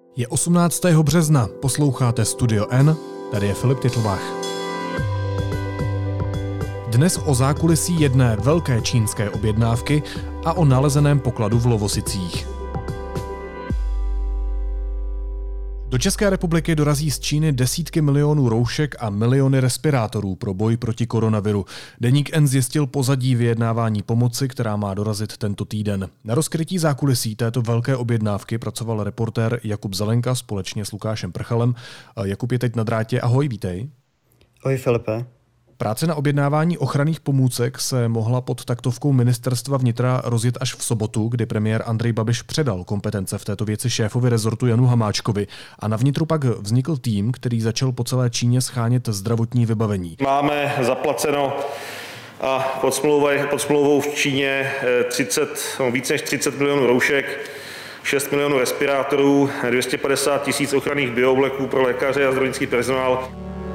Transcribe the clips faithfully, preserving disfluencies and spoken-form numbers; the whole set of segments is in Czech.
Je osmnáctého března, posloucháte Studio N, tady je Filip Titlbach. Dnes o zákulisí jedné velké čínské objednávky a o nalezeném pokladu v Lovosicích. Do České republiky dorazí z Číny desítky milionů roušek a miliony respirátorů pro boj proti koronaviru. Deník N zjistil pozadí vyjednávání pomoci, která má dorazit tento týden. Na rozkrytí zákulisí této velké objednávky pracoval reportér Jakub Zelenka společně s Lukášem Prchalem. Jakub je teď na drátě. Ahoj, vítej. Ahoj, Filipe. Práce na objednávání ochranných pomůcek se mohla pod taktovkou ministerstva vnitra rozjet až v sobotu, kdy premiér Andrej Babiš předal kompetence v této věci šéfovi rezortu Janu Hamáčkovi. A na vnitru pak vznikl tým, který začal po celé Číně shánět zdravotní vybavení. Máme zaplaceno a pod smlouvou, pod smlouvou v Číně třicet, no, více než třicet milionů roušek, šest milionů respirátorů, dvě stě padesát tisíc ochranných bioobleků pro lékaře a zdravotnický personál.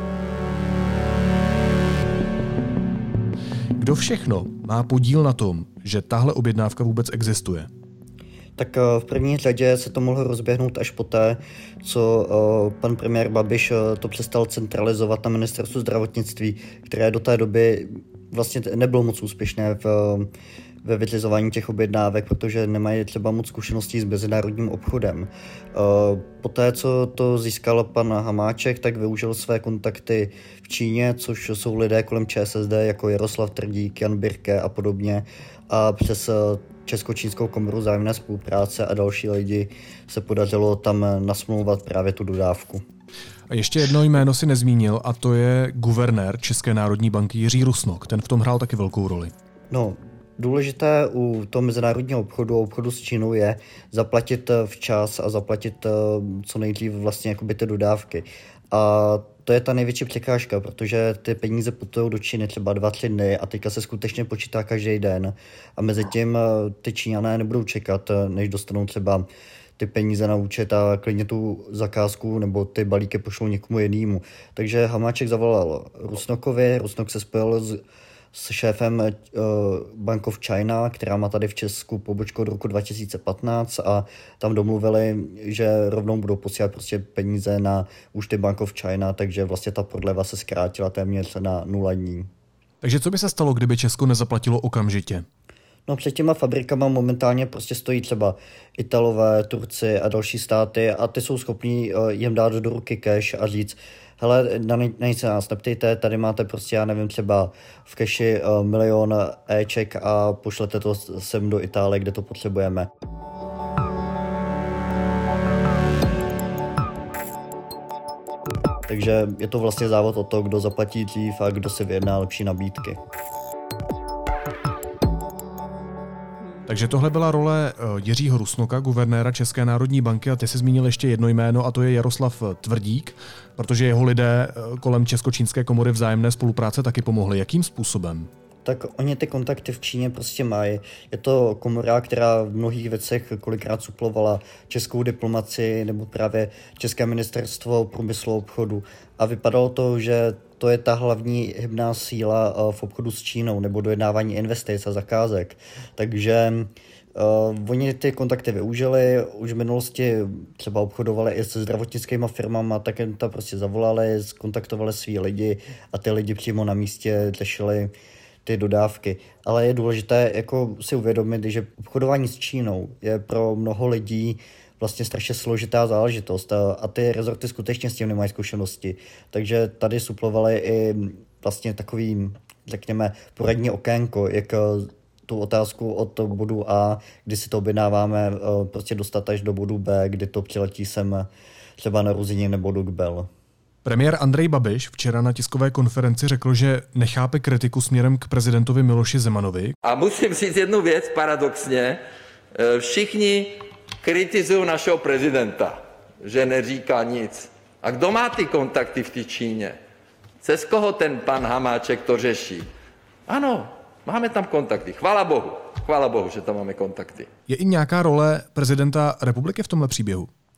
Kdo všechno má podíl na tom, že tahle objednávka vůbec existuje? Tak v první řadě se to mohlo rozběhnout až poté, co pan premiér Babiš to přestal centralizovat na ministerstvu zdravotnictví, které do té doby vlastně nebylo moc úspěšné v, ve vyřizování těch objednávek, protože nemají třeba moc zkušeností s mezinárodním obchodem. Poté, co to získal pan Hamáček, tak využil své kontakty v Číně, což jsou lidé kolem ČSSD, jako Jaroslav Tvrdík, Jan Birke a podobně, a přes Česko-čínskou komoru vzájemné spolupráce a další lidi se podařilo tam nasmlouvat právě tu dodávku. A ještě jedno jméno si nezmínil, a to je guvernér České národní banky Jiří Rusnok. Ten v tom hrál taky velkou roli. No, důležité u toho mezinárodního obchodu a obchodu s Čínou je zaplatit včas a zaplatit co nejdřív vlastně jakoby ty dodávky. A to je ta největší překážka, protože ty peníze putují do Číny třeba dva, tři dny a teďka se skutečně počítá každý den. A mezi tím ty Číňané nebudou čekat, než dostanou třeba ty peníze na účet a klidně tu zakázku nebo ty balíky pošlou někomu jinému. Takže Hamáček zavolal Rusnokovi, Rusnok se spojil s s šéfem uh, Bank of China, která má tady v Česku pobočku od roku dva tisíce patnáct, a tam domluvili, že rovnou budou posílat prostě peníze na účty Bank of China, takže vlastně ta prodleva se zkrátila téměř na nula dní. Takže co by se stalo, kdyby Česko nezaplatilo okamžitě? No, před těma fabrikama momentálně prostě stojí třeba Italové, Turci a další státy a ty jsou schopní uh, jim dát do ruky cash a říct: hele, na, na nic se nás neptejte, tady máte prostě, já nevím, třeba v keši uh, milion éček a pošlete to sem do Itálie, kde to potřebujeme. Takže je to vlastně závod o to, kdo zaplatí dřív a kdo si vyjedná lepší nabídky. Takže tohle byla role Jiřího Rusnoka, guvernéra České národní banky, a ty jsi zmínil ještě jedno jméno, a to je Jaroslav Tvrdík, protože jeho lidé kolem Česko-čínské komory vzájemné spolupráce taky pomohli. Jakým způsobem? Tak oni ty kontakty v Číně prostě mají. Je to komora, která v mnohých věcech kolikrát suplovala českou diplomaci nebo právě České ministerstvo průmyslu a obchodu. A vypadalo to, že to je ta hlavní hybná síla v obchodu s Čínou nebo dojednávání investic a zakázek. Takže uh, oni ty kontakty využili, už v minulosti třeba obchodovali i se zdravotnickými firmami, tak jim to prostě zavolali, skontaktovali svý lidi a ty lidi přímo na místě řešili ty dodávky. Ale je důležité jako si uvědomit, že obchodování s Čínou je pro mnoho lidí vlastně strašně složitá záležitost a, a ty rezorty skutečně s tím nemají zkušenosti. Takže tady suplovali i vlastně takový, řekněme, poradní okénko, jak tu otázku od bodu A, kdy si to objednáváme, prostě dostat až do bodu B, kdy to přiletí sem třeba na Ruzině nebo do Gbel. Premiér Andrej Babiš včera na tiskové konferenci řekl, že nechápe kritiku směrem k prezidentovi Miloši Zemanovi. A musím říct jednu věc, paradoxně. Všichni kritizují našeho prezidenta, že neříká nic. A kdo má ty kontakty v té Číně? Cez koho ten pan Hamáček to řeší? Ano, máme tam kontakty. Chvála Bohu. Chvála Bohu, že tam máme kontakty. Je i nějaká role prezidenta republiky v tomhle příběhu?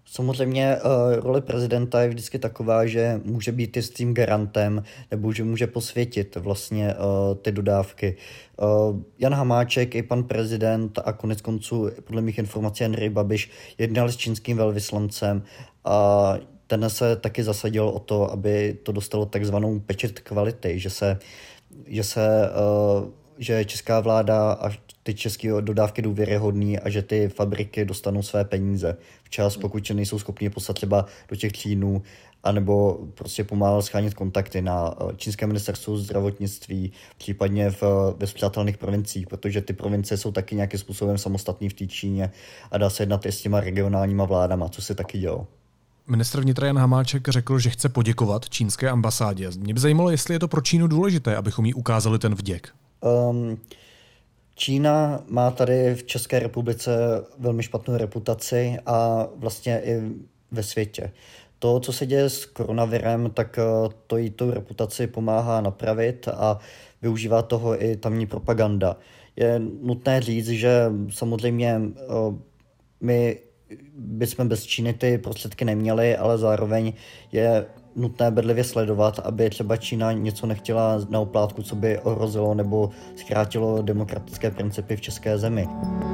Samozřejmě uh, role prezidenta je vždycky taková, že může být jistým garantem nebo že může posvětit vlastně uh, ty dodávky. Uh, Jan Hamáček i pan prezident a konec konců podle mých informací Andrej Babiš jednal s čínským velvyslancem a ten se taky zasadil o to, aby to dostalo takzvanou pečeť kvality, že se, že se uh, že česká vláda a ty české dodávky důvěryhodný a že ty fabriky dostanou své peníze včas, pokud nejsou schopni poslat třeba do těch Čínů, anebo prostě pomáhal schránit kontakty na čínské ministerstvo zdravotnictví, případně v, ve spřátelných provinciích, protože ty provincie jsou taky nějakým způsobem samostatný v té Číně a dá se jednat i s těma regionálníma vládama, co se taky dělo. Ministr vnitra Jan Hamáček řekl, že chce poděkovat čínské ambasádě. Mě by zajímalo, jestli je to pro Čínu důležité, abychom jí ukázali ten vděk. Um, Čína má tady v České republice velmi špatnou reputaci a vlastně i ve světě. To, co se děje s koronavirem, tak to jí tu reputaci pomáhá napravit a využívá toho i tamní propaganda. Je nutné říct, že samozřejmě my bychom bez Číny ty prostředky neměli, ale zároveň je nutné bedlivě sledovat, aby třeba Čína něco nechtěla na oplátku, co by ohrozilo nebo zkrátilo demokratické principy v české zemi.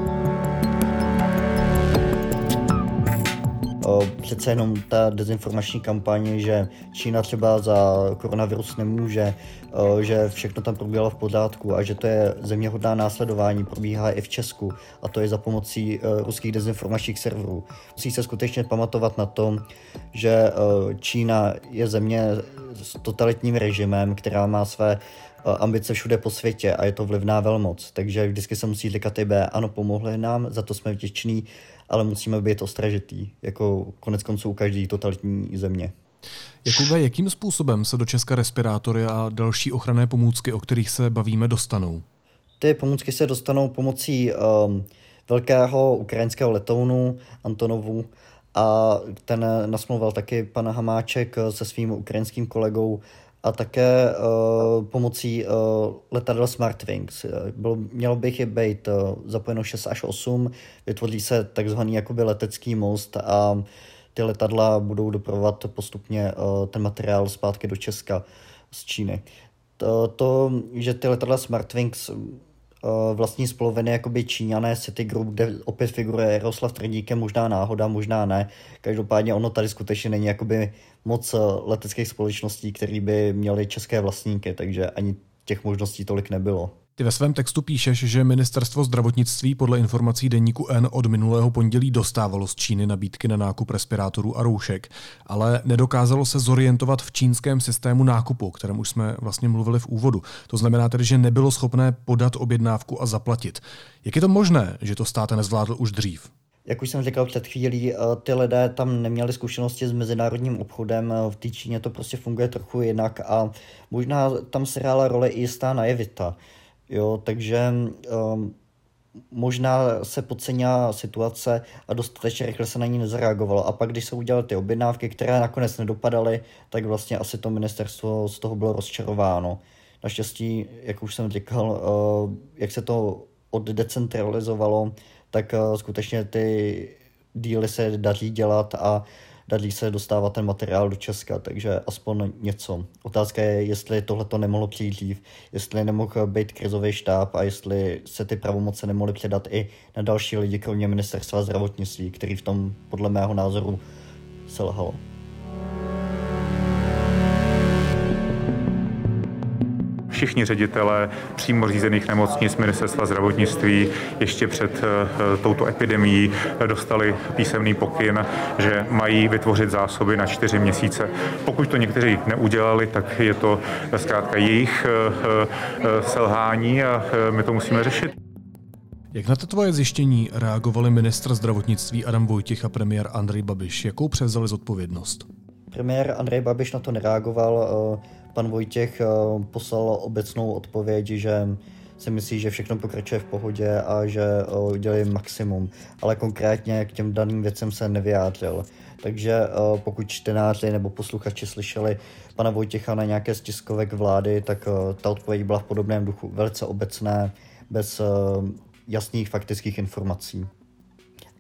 Přece jenom ta dezinformační kampaň, že Čína třeba za koronavirus nemůže, že všechno tam probíhalo v pořádku a že to je země hodná následování, probíhá i v Česku a to je za pomocí ruských dezinformačních serverů. Musí se skutečně pamatovat na tom, že Čína je země s totalitním režimem, která má své ambice všude po světě a je to vlivná velmoc, takže vždycky se musí říkat i B, ano, pomohli nám, za to jsme vděční, ale musíme být ostražitý, jako konec konců u každé totalitní země. Jakube, jakým způsobem se do Česka respirátory a další ochranné pomůcky, o kterých se bavíme, dostanou? Ty pomůcky se dostanou pomocí um, velkého ukrajinského letounu Antonovu a ten nasmlouval taky pan Hamáček se svým ukrajinským kolegou a také uh, pomocí uh, letadel Smartwings. Bylo, mělo by jich být uh, zapojeno šest až osm, vytvoří se takzvaný jakoby letecký most a ty letadla budou dopravovat postupně uh, ten materiál zpátky do Česka z Číny. To, to že ty letadla Smartwings uh, vlastní spoluviny jakoby Číňané Citigroup, kde opět figuruje Jaroslav Tvrdík, možná náhoda, možná ne. Každopádně ono tady skutečně není jakoby moc leteckých společností, které by měly české vlastníky, takže ani těch možností tolik nebylo. Ty ve svém textu píšeš, že ministerstvo zdravotnictví podle informací deníku N od minulého pondělí dostávalo z Číny nabídky na nákup respirátorů a roušek, ale nedokázalo se zorientovat v čínském systému nákupu, o kterém už jsme vlastně mluvili v úvodu. To znamená tedy, že nebylo schopné podat objednávku a zaplatit. Jak je to možné, že to stát nezvládl už dřív? Jak už jsem říkal před chvílí, ty lidé tam neměli zkušenosti s mezinárodním obchodem, v té Číně to prostě funguje trochu jinak a možná tam se hrála role i jistá naivita. Jo, takže um, možná se podcenila situace a dostatečně rychle se na ní nezareagovalo. A pak, když se udělaly ty objednávky, které nakonec nedopadaly, tak vlastně asi to ministerstvo z toho bylo rozčarováno. Naštěstí, jak už jsem říkal, uh, jak se to oddecentralizovalo, tak uh, skutečně ty díly se daří dělat a daří se dostávat ten materiál do Česka, takže aspoň něco. Otázka je, jestli tohle to nemohlo přijít dřív, jestli nemohl být krizový štáb a jestli se ty pravomoce nemohly předat i na další lidi, kromě ministerstva zdravotnictví, který v tom podle mého názoru selhalo. Všichni ředitelé přímo řízených nemocnic ministerstva zdravotnictví ještě před touto epidemií dostali písemný pokyn, že mají vytvořit zásoby na čtyři měsíce. Pokud to někteří neudělali, tak je to zkrátka jejich selhání a my to musíme řešit. Jak na to tvoje zjištění reagovali ministr zdravotnictví Adam Vojtěch a premiér Andrej Babiš? Jakou převzali zodpovědnost? Premiér Andrej Babiš na to nereagoval. Pan Vojtěch poslal obecnou odpověď, že si myslí, že všechno pokračuje v pohodě a že udělají maximum, ale konkrétně k těm daným věcem se nevyjádřil. Takže pokud čtenáři nebo posluchači slyšeli pana Vojtěcha na nějaké z tiskovek vlády, tak ta odpověď byla v podobném duchu, velice obecné, bez jasných faktických informací.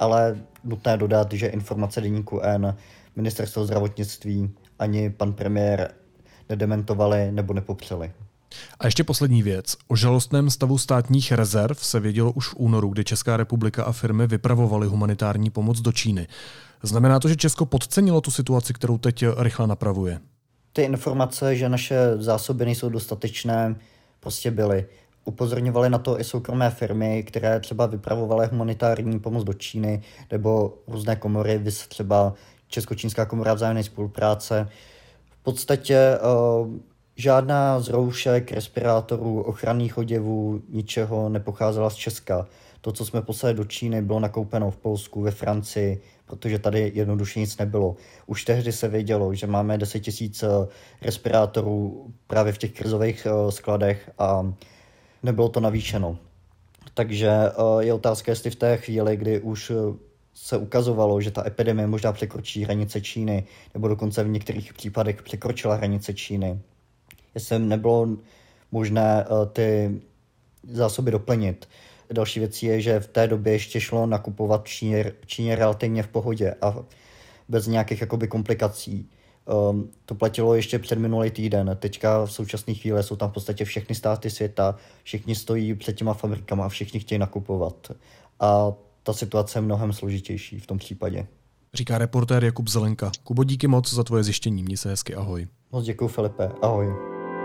ale nutné dodat, že informace deníku N, ministerstvo zdravotnictví ani pan premiér nedementovali nebo nepopřeli. A ještě poslední věc. O žalostném stavu státních rezerv se vědělo už v únoru, kdy Česká republika a firmy vypravovaly humanitární pomoc do Číny. Znamená to, že Česko podcenilo tu situaci, kterou teď rychle napravuje? Ty informace, že naše zásoby nejsou dostatečné, prostě byly. Upozorňovaly na to i soukromé firmy, které třeba vypravovaly humanitární pomoc do Číny, nebo různé komory, vys třeba Česko-čínská komora vzájemné spolupráce. V podstatě uh, žádná z roušek, respirátorů, ochranných oděvů, ničeho nepocházela z Česka. To, co jsme poslali do Číny, bylo nakoupeno v Polsku, ve Francii, protože tady jednoduše nic nebylo. Už tehdy se vědělo, že máme deset tisíc respirátorů právě v těch krizových skladech a nebylo to navýšeno. Takže je otázka, jestli v té chvíli, kdy už se ukazovalo, že ta epidemie možná překročí hranice Číny, nebo dokonce v některých případech překročila hranice Číny, jestli nebylo možné ty zásoby doplnit. Další věc je, že v té době ještě šlo nakupovat v Číně, v Číně relativně v pohodě a bez nějakých jakoby komplikací. Um, to platilo ještě před minulý týden. Teďka v současné chvíli jsou tam v podstatě všechny státy světa, všichni stojí před těma fabrikama a všichni chtějí nakupovat. A ta situace je mnohem složitější v tom případě. Říká reportér Jakub Zelenka. Kubo, díky moc za tvoje zjištění. Měj se hezky, ahoj. Moc děkuju, Filipe. Ahoj.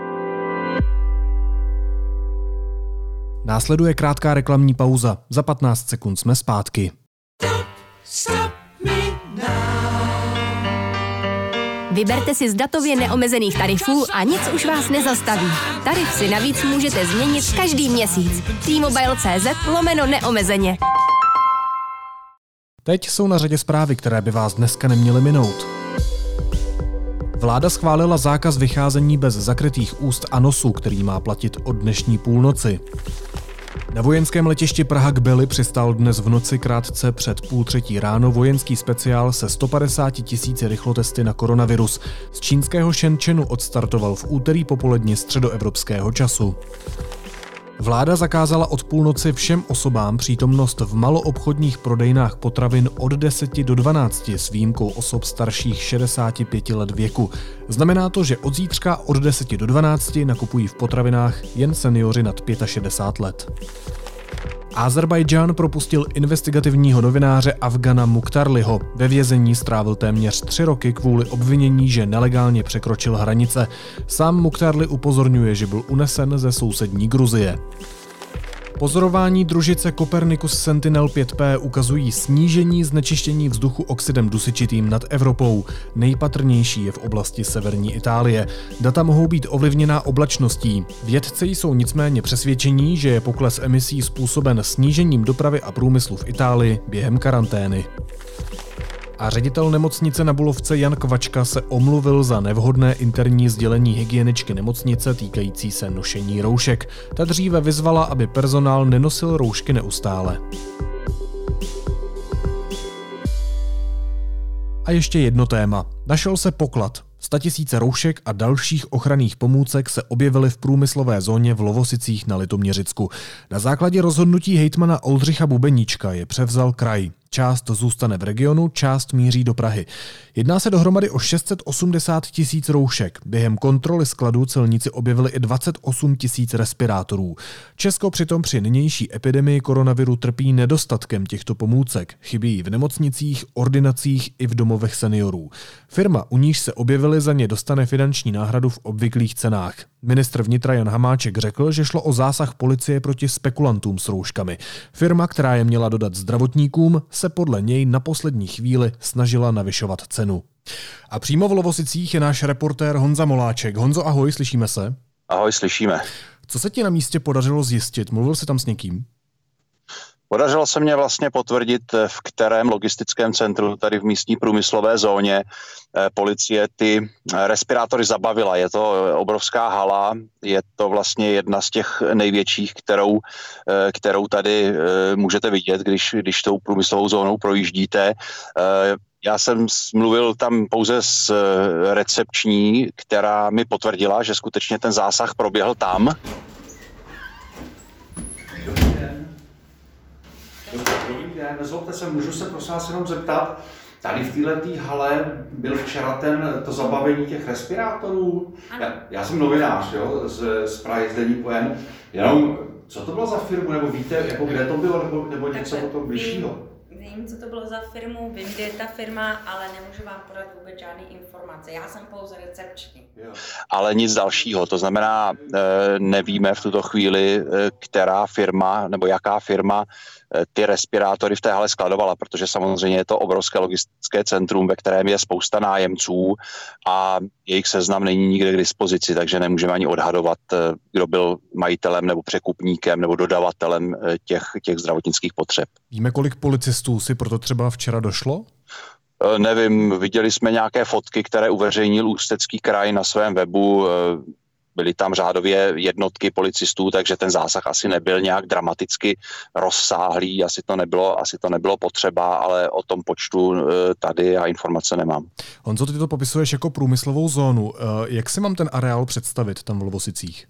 Následuje krátká reklamní pauza. Za patnáct sekund jsme zpátky. Vyberte si z datově neomezených tarifů a nic už vás nezastaví. Tarif si navíc můžete změnit každý měsíc. T-Mobile tečka cé zet lomeno neomezeně. Teď jsou na řadě zprávy, které by vás dneska neměly minout. Vláda schválila zákaz vycházení bez zakrytých úst a nosu, který má platit od dnešní půlnoci. Na vojenském letišti Praha-Kbely přistál dnes v noci krátce před půl třetí ráno vojenský speciál se sto padesáti tisíci rychlotesty na koronavirus. Z čínského Shenzhenu odstartoval v úterý popoledni středoevropského času. Vláda zakázala od půlnoci všem osobám přítomnost v maloobchodních prodejnách potravin od deseti do dvanácti s výjimkou osob starších šedesáti pěti let věku. Znamená to, že od zítřka od deseti do dvanácti nakupují v potravinách jen seniori nad šedesát pět let. Azerbajdžán propustil investigativního novináře Afgana Mukhtarliho. Ve vězení strávil téměř tři roky kvůli obvinění, že nelegálně překročil hranice. Sám Mukhtarli upozorňuje, že byl unesen ze sousední Gruzie. Pozorování družice Copernicus Sentinel pět P ukazují snížení znečištění vzduchu oxidem dusičitým nad Evropou. Nejpatrnější je v oblasti severní Itálie. Data mohou být ovlivněná oblačností. Vědci jsou nicméně přesvědčení, že je pokles emisí způsoben snížením dopravy a průmyslu v Itálii během karantény. A ředitel nemocnice na Bulovce Jan Kvačka se omluvil za nevhodné interní sdělení hygieničky nemocnice týkající se nošení roušek. Ta dříve vyzvala, aby personál nenosil roušky neustále. A ještě jedno téma. Našel se poklad. Statisíce roušek a dalších ochranných pomůcek se objevily v průmyslové zóně v Lovosicích na Litoměřicku. Na základě rozhodnutí hejtmana Oldřicha Bubeníčka je převzal kraj. Část zůstane v regionu, část míří do Prahy. Jedná se dohromady o šest set osmdesát tisíc roušek. Během kontroly skladů celníci objevili i dvacet osm tisíc respirátorů. Česko přitom při nynější epidemii koronaviru trpí nedostatkem těchto pomůcek. Chybí v nemocnicích, ordinacích i v domovech seniorů. Firma, u níž se objevily, za ně dostane finanční náhradu v obvyklých cenách. Ministr vnitra Jan Hamáček řekl, že šlo o zásah policie proti spekulantům s rouškami. Firma, která je měla dodat zdravotníkům, se podle něj na poslední chvíli snažila navyšovat cenu. A přímo v Lovosicích je náš reportér Honza Moláček. Honzo, ahoj, slyšíme se? Ahoj, slyšíme. Co se ti na místě podařilo zjistit? Mluvil jsi tam s někým? Podařilo se mě vlastně potvrdit, v kterém logistickém centru tady v místní průmyslové zóně policie ty respirátory zabavila. Je to obrovská hala, je to vlastně jedna z těch největších, kterou, kterou tady můžete vidět, když, když tou průmyslovou zónou projíždíte. Já jsem mluvil tam pouze s recepční, která mi potvrdila, že skutečně ten zásah proběhl tam. den, nezlobte se, můžu se prosím vás jenom zeptat, tady v této hale byl včera ten, to zabavení těch respirátorů. Já, já jsem novinář, jo, z, z Prahy, z Deníku N. Jenom, co to bylo za firmu, nebo víte, jako kde to bylo, nebo, nebo něco o tom bližšího? Vím, co to bylo za firmu, vím, kde je ta firma, ale nemůžu vám podat vůbec žádné informace. Já jsem pouze recepční. Ale nic dalšího, to znamená, nevíme v tuto chvíli, která firma nebo jaká firma ty respirátory v té hale skladovala, protože samozřejmě je to obrovské logistické centrum, ve kterém je spousta nájemců a jejich seznam není nikde k dispozici, takže nemůžeme ani odhadovat, kdo byl majitelem nebo překupníkem nebo dodavatelem těch, těch zdravotnických potřeb. Víme, kolik policistů si proto třeba včera došlo? Nevím, viděli jsme nějaké fotky, které uveřejnil Ústecký kraj na svém webu. Byly tam řádově jednotky policistů, takže ten zásah asi nebyl nějak dramaticky rozsáhlý, asi to nebylo, asi to nebylo potřeba, ale o tom počtu tady já informace nemám. Honzo, ty to popisuješ jako průmyslovou zónu. Jak si mám ten areál představit tam v Lovosicích?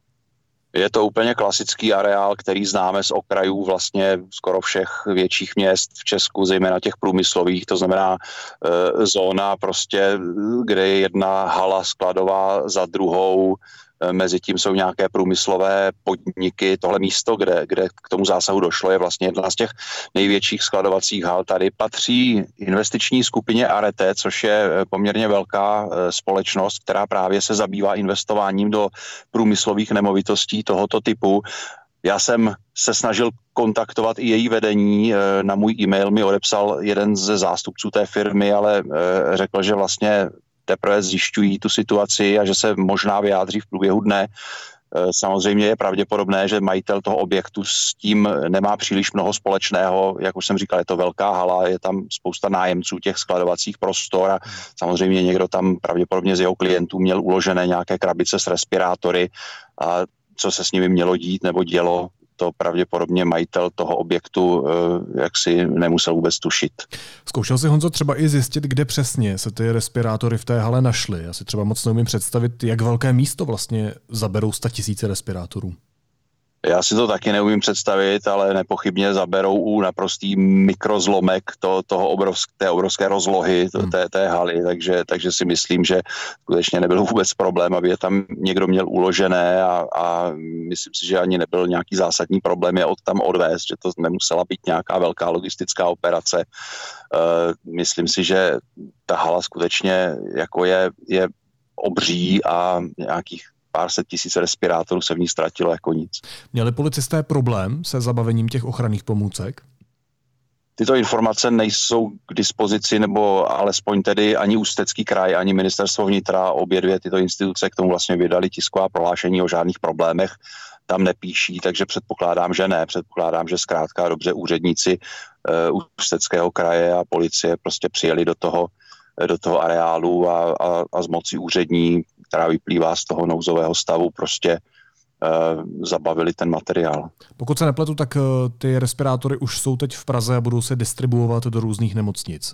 Je to úplně klasický areál, který známe z okrajů vlastně skoro všech větších měst v Česku, zejména těch průmyslových, to znamená e, zóna prostě, kde je jedna hala skladová za druhou, e, mezi tím jsou nějaké průmyslové podniky. Tohle místo, kde, kde k tomu zásahu došlo, je vlastně jedna z těch největších skladovacích hal. Tady patří investiční skupině Arete, což je poměrně velká e, společnost, která právě se zabývá investováním do průmyslových nemovitostí tohoto typu. Já jsem se snažil kontaktovat i její vedení, na můj e-mail mi odepsal jeden ze zástupců té firmy, ale řekl, že vlastně teprve zjišťují tu situaci a že se možná vyjádří v průběhu dne. Samozřejmě je pravděpodobné, že majitel toho objektu s tím nemá příliš mnoho společného. Jak už jsem říkal, je to velká hala, je tam spousta nájemců těch skladovacích prostor a samozřejmě někdo tam pravděpodobně z jeho klientů měl uložené nějaké krabice s respirátory a co se s nimi mělo dít nebo dělo, to pravděpodobně majitel toho objektu jaksi nemusel vůbec tušit. Zkoušel si, Honzo, třeba i zjistit, kde přesně se ty respirátory v té hale našly? Já si třeba moc neumím představit, jak velké místo vlastně zaberou statisíce respirátorů. Já si to taky neumím představit, ale nepochybně zaberou u naprostý mikrozlomek to, toho obrovské, té obrovské rozlohy to, té, té haly, takže, takže si myslím, že skutečně nebyl vůbec problém, aby je tam někdo měl uložené a, a myslím si, že ani nebyl nějaký zásadní problém je od tam odvést, že to nemusela být nějaká velká logistická operace. Uh, myslím si, že ta hala skutečně jako je, je obří a nějakých pár set tisíc respirátorů se v ní ztratilo jako nic. Měli policisté problém se zabavením těch ochranných pomůcek? Tyto informace nejsou k dispozici, nebo alespoň tedy ani Ústecký kraj, ani ministerstvo vnitra, obě dvě tyto instituce k tomu vlastně vydali tisková prohlášení o žádných problémech, tam nepíší, takže předpokládám, že ne. Předpokládám, že zkrátka dobře úředníci uh, Ústeckého kraje a policie prostě přijeli do toho, do toho areálu a, a, a z moci úřední, která vyplývá z toho nouzového stavu, prostě uh, zabavili ten materiál. Pokud se nepletu, tak uh, ty respirátory už jsou teď v Praze a budou se distribuovat do různých nemocnic.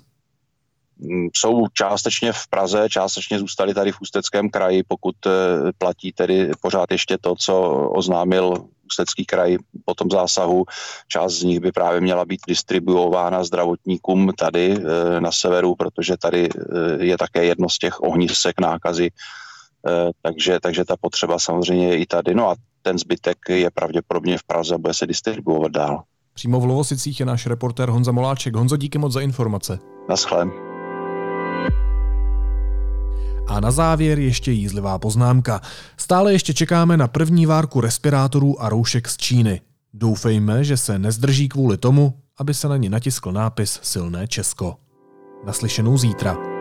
Jsou částečně v Praze, částečně zůstaly tady v Ústeckém kraji, pokud uh, platí tedy pořád ještě to, co oznámil Ústecký kraj po tom zásahu. Část z nich by právě měla být distribuována zdravotníkům tady uh, na severu, protože tady uh, je také jedno z těch ohnisek nákazy. Takže, takže ta potřeba samozřejmě je i tady. No a ten zbytek je pravděpodobně v Praze a bude se distribuovat dál. Přímo v Lovosicích je náš reportér Honza Moláček. Honzo, díky moc za informace. Naschle. A na závěr ještě jízlivá poznámka. Stále ještě čekáme na první várku respirátorů a roušek z Číny. Doufejme, že se nezdrží kvůli tomu, aby se na ní natiskl nápis Silné Česko. Naslyšenou zítra.